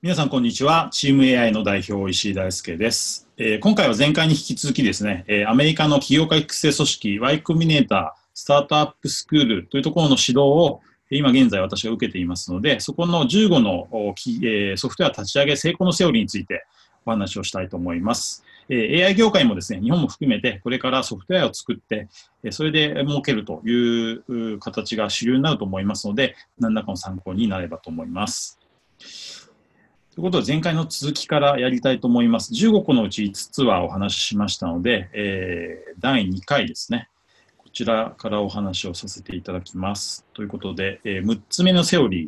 皆さん、こんにちは。チーム AI の代表、石井大輔です。今回は前回に引き続きですね、アメリカの起業家育成組織 Y コンビネータースタートアップスクールというところの指導を今現在私が受けていますので、そこの15のソフトウェア立ち上げ成功のセオリーについてお話をしたいと思います。AI 業界もですね、日本も含めてこれからソフトウェアを作って、それで儲けるという形が主流になると思いますので、何らかの参考になればと思います。ということで、前回の続きからやりたいと思います。15個のうち5つはお話ししましたので、第2回ですね。こちらからお話をさせていただきます。ということで、6つ目のセオリー。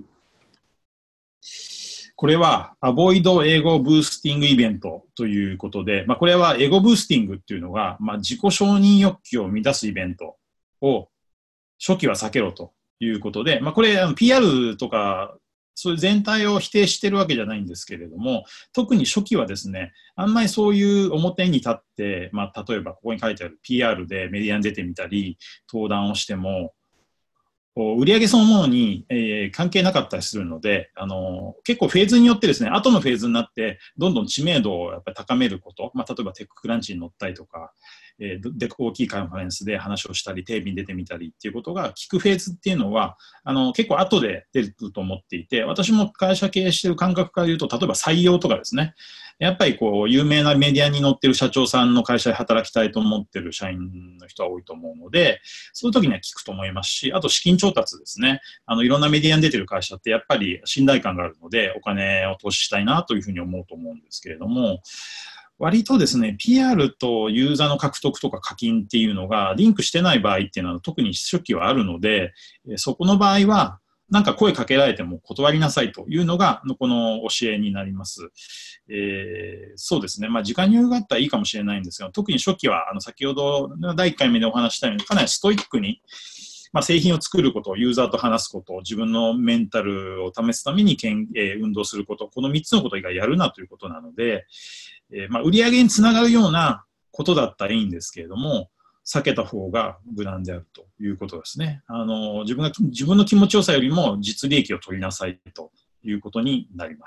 これは、アボイドエゴブースティングイベントということで、これはエゴブースティングっていうのが、自己承認欲求を乱すイベントを初期は避けろということで、これ、PR とか、そういう全体を否定しているわけじゃないんですけれども、特に初期はですね、あんまりそういう表に立って、例えばここに書いてある PR でメディアに出てみたり、登壇をしても、売上そのものに、関係なかったりするので、結構フェーズによってですね、後のフェーズになって、どんどん知名度をやっぱり高めること、例えばテッククランチに乗ったりとか、大きいカンファレンスで話をしたり、テレビに出てみたりっていうことが効くフェーズっていうのは、結構後で出ると思っていて、私も会社経営している感覚から言うと、例えば採用とかですね、やっぱり有名なメディアに載っている社長さんの会社で働きたいと思っている社員の人は多いと思うので、そういう時には効くと思いますし、あと資金調達ですね。いろんなメディアに出ている会社ってやっぱり信頼感があるので、お金を投資したいなというふうに思うと思うんですけれども、割とですね、PR とユーザーの獲得とか課金っていうのがリンクしてない場合っていうのは特に初期はあるので、そこの場合はなんか声かけられても断りなさいというのがこの教えになります。そうですね、時間に余裕があったらいいかもしれないんですが、特に初期は先ほど第1回目でお話したようにかなりストイックに製品を作ること、ユーザーと話すこと、自分のメンタルを試すために運動すること、この3つのこと以外やるなということなので、売上につながるようなことだったらいいんですけれども、避けた方が無難であるということですね。自分の気持ちよさよりも実利益を取りなさいということになります。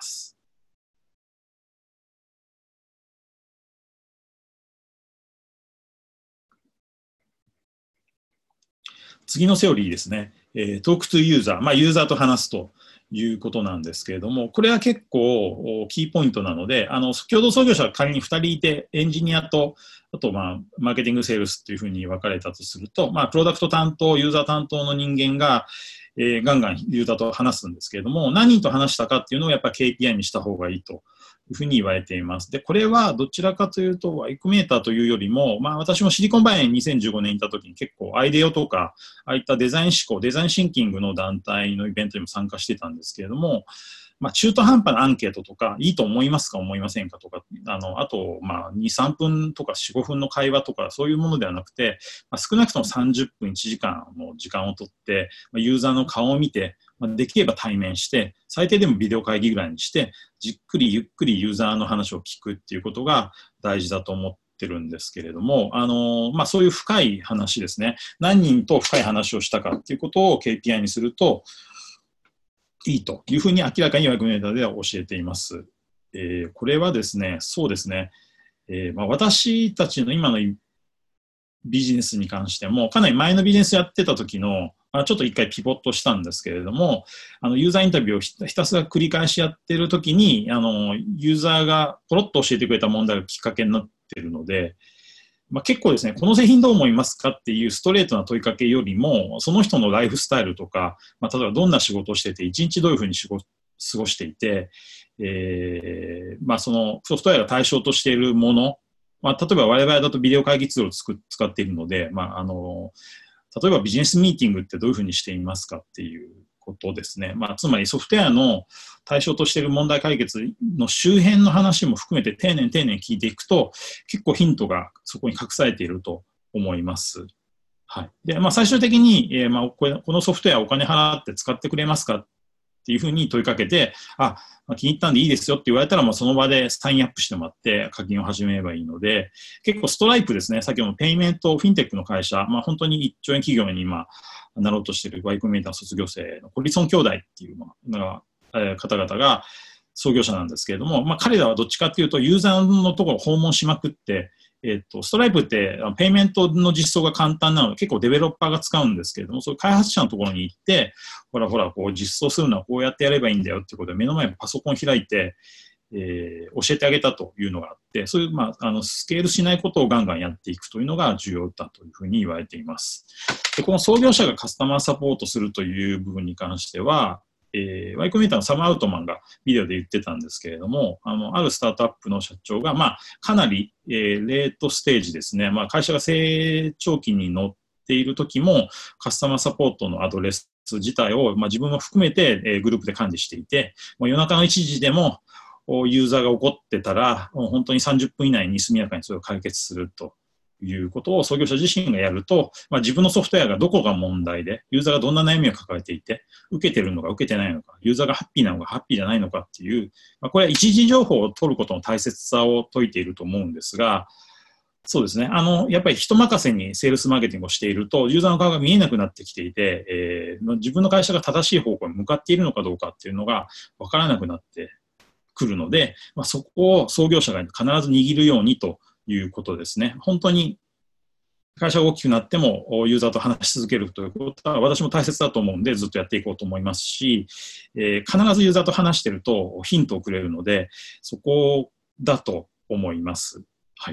次のセオリーですね。トークトゥユーザー、ユーザーと話すということなんですけれども、これは結構キーポイントなので、共同創業者が仮に2人いて、エンジニアと、あとマーケティングセールスというふうに分かれたとすると、プロダクト担当、ユーザー担当の人間が、ガンガンユーザーと話すんですけれども、何人と話したかっていうのをやっぱり KPI にした方がいいというふうに言われています。で、これはどちらかというと、ワイクメーターというよりも、私もシリコンバレーに2015年にいた時に結構アイデオとか、ああいったデザイン思考、デザインシンキングの団体のイベントにも参加してたんですけれども、中途半端なアンケートとか、いいと思いますか、思いませんかとか、あと、2、3分とか4、5分の会話とか、そういうものではなくて、少なくとも30分、1時間の時間をとって、ユーザーの顔を見て、できれば対面して、最低でもビデオ会議ぐらいにして、じっくりゆっくりユーザーの話を聞くっていうことが大事だと思ってるんですけれども、そういう深い話ですね。何人と深い話をしたかっていうことを KPI にするといいというふうに明らかにワイクメーターでは教えています。これはですね、そうですね、私たちの今のビジネスに関しても、かなり前のビジネスやってた時の、ちょっと一回ピボットしたんですけれども、ユーザーインタビューをひたすら繰り返しやってる時に、ユーザーがポロッと教えてくれた問題がきっかけになっているので、結構ですね、この製品どう思いますかっていうストレートな問いかけよりも、その人のライフスタイルとか、例えばどんな仕事をしてて、一日どういうふうに過ごしていて、そのソフトウェアが対象としているもの、例えば我々だとビデオ会議ツールを使っているので、例えばビジネスミーティングってどういうふうにしていますかっていうことですね。つまりソフトウェアの対象としている問題解決の周辺の話も含めて丁寧に聞いていくと、結構ヒントがそこに隠されていると思います。はい。で、最終的に、このソフトウェアお金払って使ってくれますかっていうふうに問いかけて、気に入ったんでいいですよって言われたら、その場でサインアップしてもらって課金を始めればいいので、結構ストライプですね、先ほどのペイメント、フィンテックの会社、本当に1兆円企業に今なろうとしているワイクメーター卒業生のコリソン兄弟っていう方々が創業者なんですけれども、彼らはどっちかっていうと、ユーザーのところを訪問しまくって、ストライプってペイメントの実装が簡単なので、結構デベロッパーが使うんですけれども、そういう開発者のところに行って、ほらほら、こう実装するのはこうやってやればいいんだよっていうことで、目の前にパソコン開いて、教えてあげたというのがあって、そういう、スケールしないことをガンガンやっていくというのが重要だというふうに言われています。で、この創業者がカスタマーサポートするという部分に関しては、Y コミュニターのサム・アウトマンがビデオで言ってたんですけれども、あるスタートアップの社長が、かなり、レートステージですね、会社が成長期に乗っている時も、カスタマーサポートのアドレス自体を、自分も含めて、グループで管理していて、夜中の1時でもユーザーが怒ってたら、本当に30分以内に速やかにそれを解決するということを創業者自身がやると、自分のソフトウェアがどこが問題で、ユーザーがどんな悩みを抱えていて、受けてるのか受けてないのか、ユーザーがハッピーなのかハッピーじゃないのかっていう、これは一時情報を取ることの大切さを説いていると思うんですが、そうですね。やっぱり人任せにセールスマーケティングをしていると、ユーザーの顔が見えなくなってきていて、自分の会社が正しい方向に向かっているのかどうかっていうのが分からなくなってくるので、そこを創業者が必ず握るようにということですね。本当に会社が大きくなってもユーザーと話し続けるということは私も大切だと思うんでずっとやっていこうと思いますし、必ずユーザーと話しているとヒントをくれるので、そこだと思います。はい。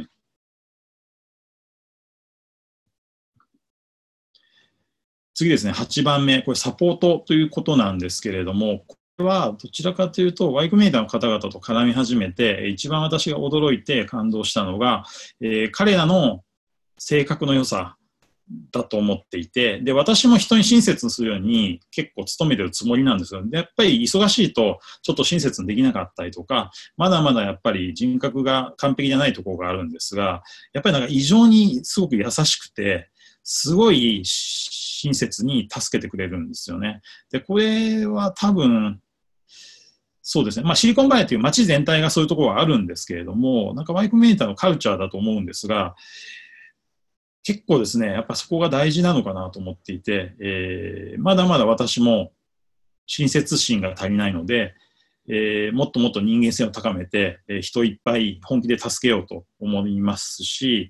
次ですね、8番目、これサポートということなんですけれども、これはどちらかというと、Y コミュニティの方々と絡み始めて、一番私が驚いて感動したのが、彼らの性格の良さだと思っていて、で、私も人に親切にするように結構努めてるつもりなんですよ。で、やっぱり忙しいとちょっと親切にできなかったりとか、まだまだやっぱり人格が完璧じゃないところがあるんですが、やっぱりなんか異常にすごく優しくて、すごい親切に助けてくれるんですよね。で、これは多分、そうですね。シリコンバレーという街全体がそういうところはあるんですけれども、なんかワイコミュニティのカルチャーだと思うんですが、結構ですね、やっぱそこが大事なのかなと思っていて、まだまだ私も親切心が足りないので、もっともっと人間性を高めて、人いっぱい本気で助けようと思いますし、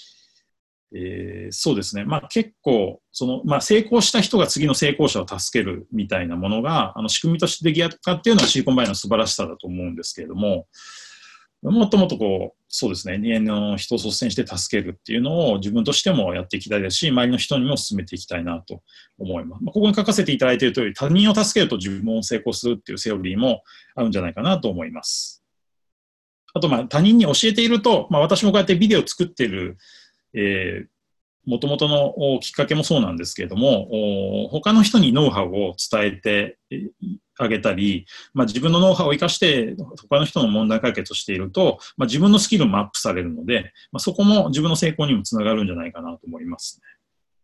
そうですね、結構成功した人が次の成功者を助けるみたいなものが仕組みとして出来上がったっていうのはシリコンバレーの素晴らしさだと思うんですけれども、もっともっとそうですね、人間の人を率先して助けるっていうのを自分としてもやっていきたいですし、周りの人にも進めていきたいなと思います。ここに書かせていただいている通り、他人を助けると自分も成功するっていうセオリーもあるんじゃないかなと思います。あと、他人に教えていると、私もこうやってビデオを作っている、もともとのきっかけもそうなんですけれども、他の人にノウハウを伝えてあげたり、自分のノウハウを生かして他の人の問題解決をしていると、自分のスキルもアップされるので、そこも自分の成功にもつながるんじゃないかなと思いますね。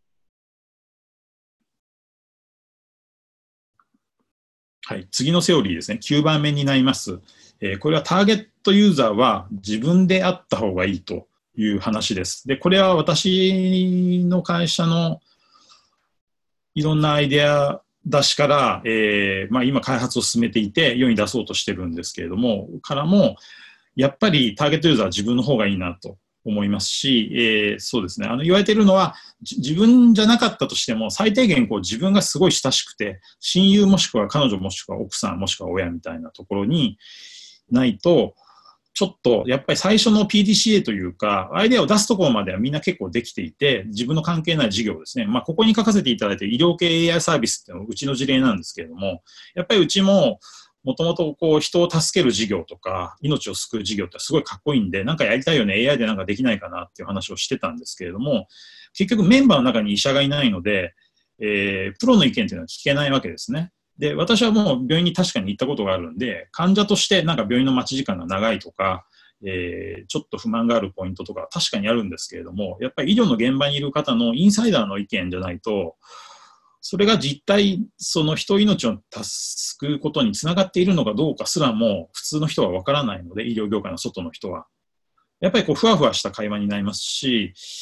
はい、次のセオリーですね。9番目になります。これはターゲットユーザーは自分であった方がいいという話です。で、これは私の会社のいろんなアイデア出しから、今開発を進めていて世に出そうとしてるんですけれども、からもやっぱりターゲットユーザーは自分の方がいいなと思いますし、そうですね、言われているのは自分じゃなかったとしても最低限自分がすごい親しくて親友もしくは彼女もしくは奥さんもしくは親みたいなところにないと、ちょっとやっぱり最初の PDCA というかアイデアを出すところまではみんな結構できていて、自分の関係ない事業ですね、ここに書かせていただいている医療系 AI サービスっていうのはうちの事例なんですけれども、やっぱりうちももともと人を助ける事業とか命を救う事業ってすごいかっこいいんで、なんかやりたいよね、 AI でなんかできないかなっていう話をしてたんですけれども、結局メンバーの中に医者がいないので、プロの意見っていうのは聞けないわけですね。で、私はもう病院に確かに行ったことがあるんで、患者としてなんか病院の待ち時間が長いとか、ちょっと不満があるポイントとか確かにあるんですけれども、やっぱり医療の現場にいる方のインサイダーの意見じゃないと、それが実態、その人命を救うことにつながっているのかどうかすらも普通の人はわからないので、医療業界の外の人は。やっぱりふわふわした会話になりますし、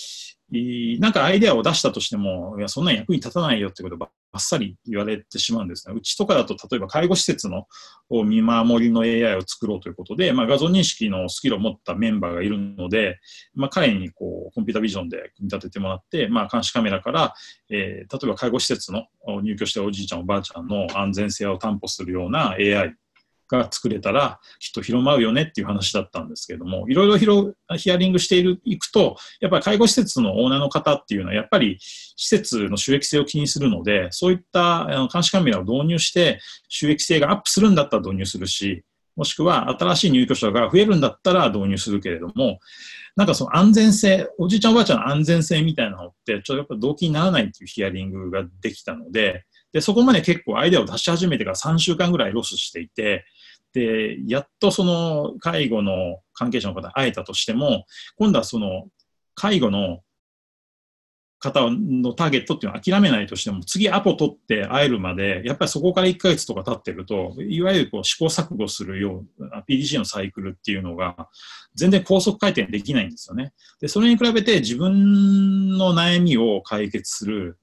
なんかアイデアを出したとしても、いや、そんな役に立たないよってことをばっさり言われてしまうんですね。うちとかだと、例えば介護施設の見守りの AI を作ろうということで、画像認識のスキルを持ったメンバーがいるので、彼にコンピュータビジョンで組み立ててもらって、監視カメラから、例えば介護施設の入居したおじいちゃんおばあちゃんの安全性を担保するような AIが作れたらきっと広まるよねっていう話だったんですけれども、いろいろヒアリングしていくと、やっぱり介護施設のオーナーの方っていうのはやっぱり施設の収益性を気にするので、そういった監視カメラを導入して収益性がアップするんだったら導入するし、もしくは新しい入居者が増えるんだったら導入するけれども、なんかその安全性、おじいちゃんおばあちゃんの安全性みたいなのってちょっとやっぱ動機にならないっていうヒアリングができたので、そこまで結構アイデアを出し始めてから3週間ぐらいロスしていて、で、やっとその介護の関係者の方に会えたとしても、今度はその介護の方のターゲットっていうのは諦めないとしても、次アポ取って会えるまで、やっぱりそこから1ヶ月とか経ってると、いわゆる試行錯誤するような PDC のサイクルっていうのが、全然高速回転できないんですよね。で、それに比べて自分の悩みを解決する、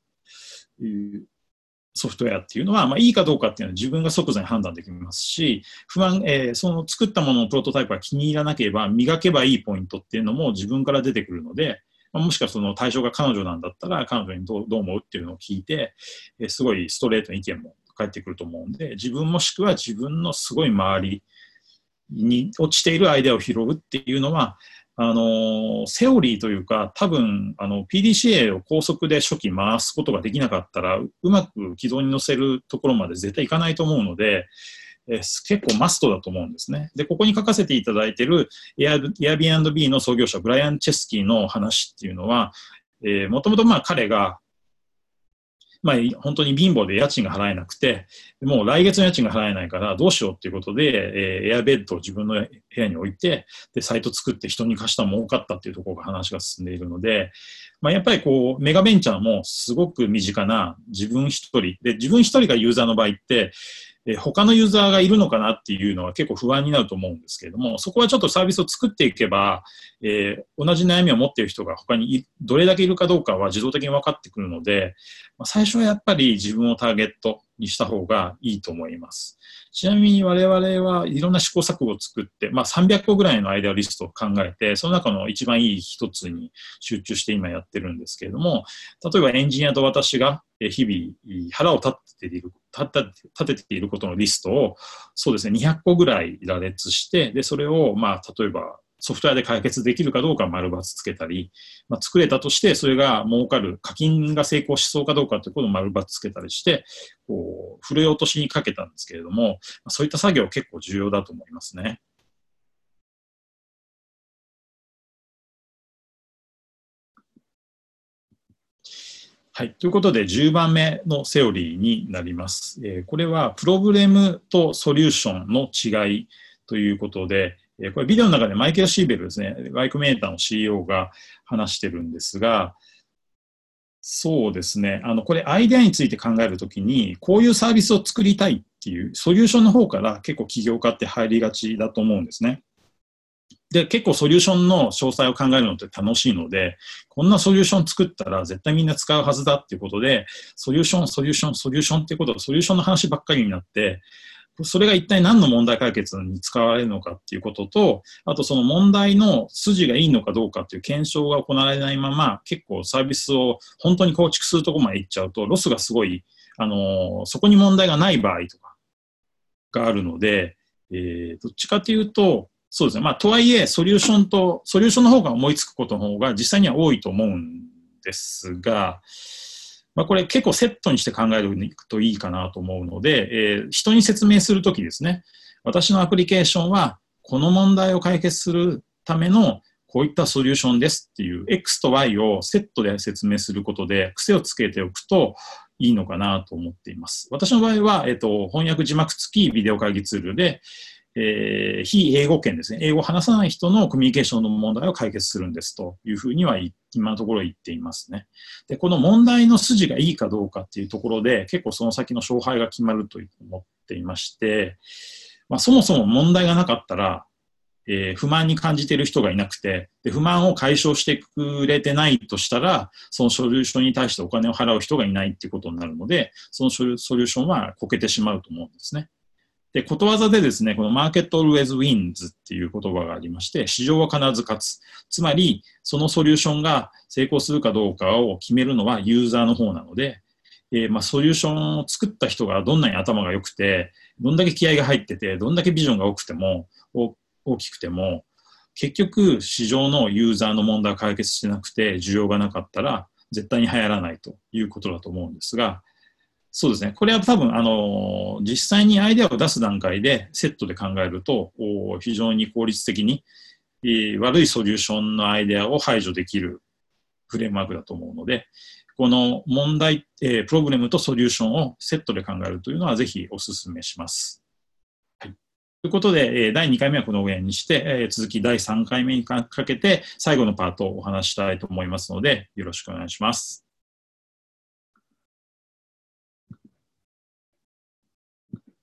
ソフトウェアっていうのは、いいかどうかっていうのは自分が即座に判断できますし、その作ったもののプロトタイプが気に入らなければ、磨けばいいポイントっていうのも自分から出てくるので、もしくはその対象が彼女なんだったら、彼女にどう思うっていうのを聞いて、すごいストレートな意見も返ってくると思うんで、自分もしくは自分のすごい周りに落ちているアイデアを拾うっていうのは、セオリーというか、多分、PDCA を高速で初期回すことができなかったら、うまく軌道に乗せるところまで絶対いかないと思うので、結構マストだと思うんですね。で、ここに書かせていただいている Airbnb の創業者、ブライアン・チェスキーの話っていうのは、もともと彼が、本当に貧乏で家賃が払えなくて、もう来月の家賃が払えないからどうしようっていうことで、エアベッドを自分の部屋に置いて、で、サイト作って人に貸したら儲かったっていうところが話が進んでいるので、やっぱりメガベンチャーもすごく身近な自分一人、で、自分一人がユーザーの場合って、他のユーザーがいるのかなっていうのは結構不安になると思うんですけれども、そこはちょっとサービスを作っていけば、同じ悩みを持っている人が他にどれだけいるかどうかは自動的に分かってくるので、最初はやっぱり自分をターゲットにした方がいいと思います。ちなみに我々はいろんな試行錯誤を作って、300個ぐらいのアイデアリストを考えて、その中の一番いい一つに集中して今やってるんですけれども、例えばエンジニアと私が日々腹を立てていることのリストを、そうですね、200個ぐらい羅列して、で、それを、例えば、ソフトウェアで解決できるかどうか丸×つけたり、作れたとして、それが儲かる、課金が成功しそうかどうかということを丸×つけたりして、振るい落としにかけたんですけれども、そういった作業結構重要だと思いますね。はい。ということで、10番目のセオリーになります。これは、プロブレムとソリューションの違いということで、これビデオの中でマイケル・シーベルですね、Yコメーターの CEO が話してるんですが、そうですね、これアイデアについて考えるときに、こういうサービスを作りたいっていうソリューションの方から結構起業家って入りがちだと思うんですね。で、結構ソリューションの詳細を考えるのって楽しいので、こんなソリューション作ったら絶対みんな使うはずだっていうことで、ソリューションっていうことで、ソリューションの話ばっかりになって、それが一体何の問題解決に使われるのかっていうことと、あとその問題の筋がいいのかどうかっていう検証が行われないまま、結構サービスを本当に構築するところまで行っちゃうと、ロスがすごい、そこに問題がない場合とかがあるので、どっちかというと、そうですね。とはいえ、ソリューションの方が思いつくことの方が実際には多いと思うんですが、これ結構セットにして考えるといいかなと思うので、人に説明するときですね、私のアプリケーションはこの問題を解決するためのこういったソリューションですっていう X と Y をセットで説明することで癖をつけておくといいのかなと思っています。私の場合は、翻訳字幕付きビデオ会議ツールで、非英語圏ですね。英語を話さない人のコミュニケーションの問題を解決するんですというふうには今のところ言っていますね。で、この問題の筋がいいかどうかっていうところで結構その先の勝敗が決まると思っていまして、そもそも問題がなかったら、 不満に感じている人がいなくて、で、不満を解消してくれてないとしたら、そのソリューションに対してお金を払う人がいないっていうことになるので、そのソリューションはこけてしまうと思うんですね。で、ことわざでですね、このマーケット always wins っていう言葉がありまして、市場は必ず勝つ。つまり、そのソリューションが成功するかどうかを決めるのはユーザーの方なので、ソリューションを作った人がどんなに頭が良くて、どんだけ気合が入ってて、どんだけビジョンが大きくても、結局市場のユーザーの問題を解決してなくて、需要がなかったら絶対に流行らないということだと思うんですが、そうですね。これは多分、実際にアイデアを出す段階でセットで考えると、非常に効率的に、悪いソリューションのアイデアを排除できるフレームワークだと思うので、この問題、プログラムとソリューションをセットで考えるというのはぜひお勧めします。はい、ということで、第2回目はこの上にして、続き第3回目にかけて最後のパートをお話したいと思いますので、よろしくお願いします。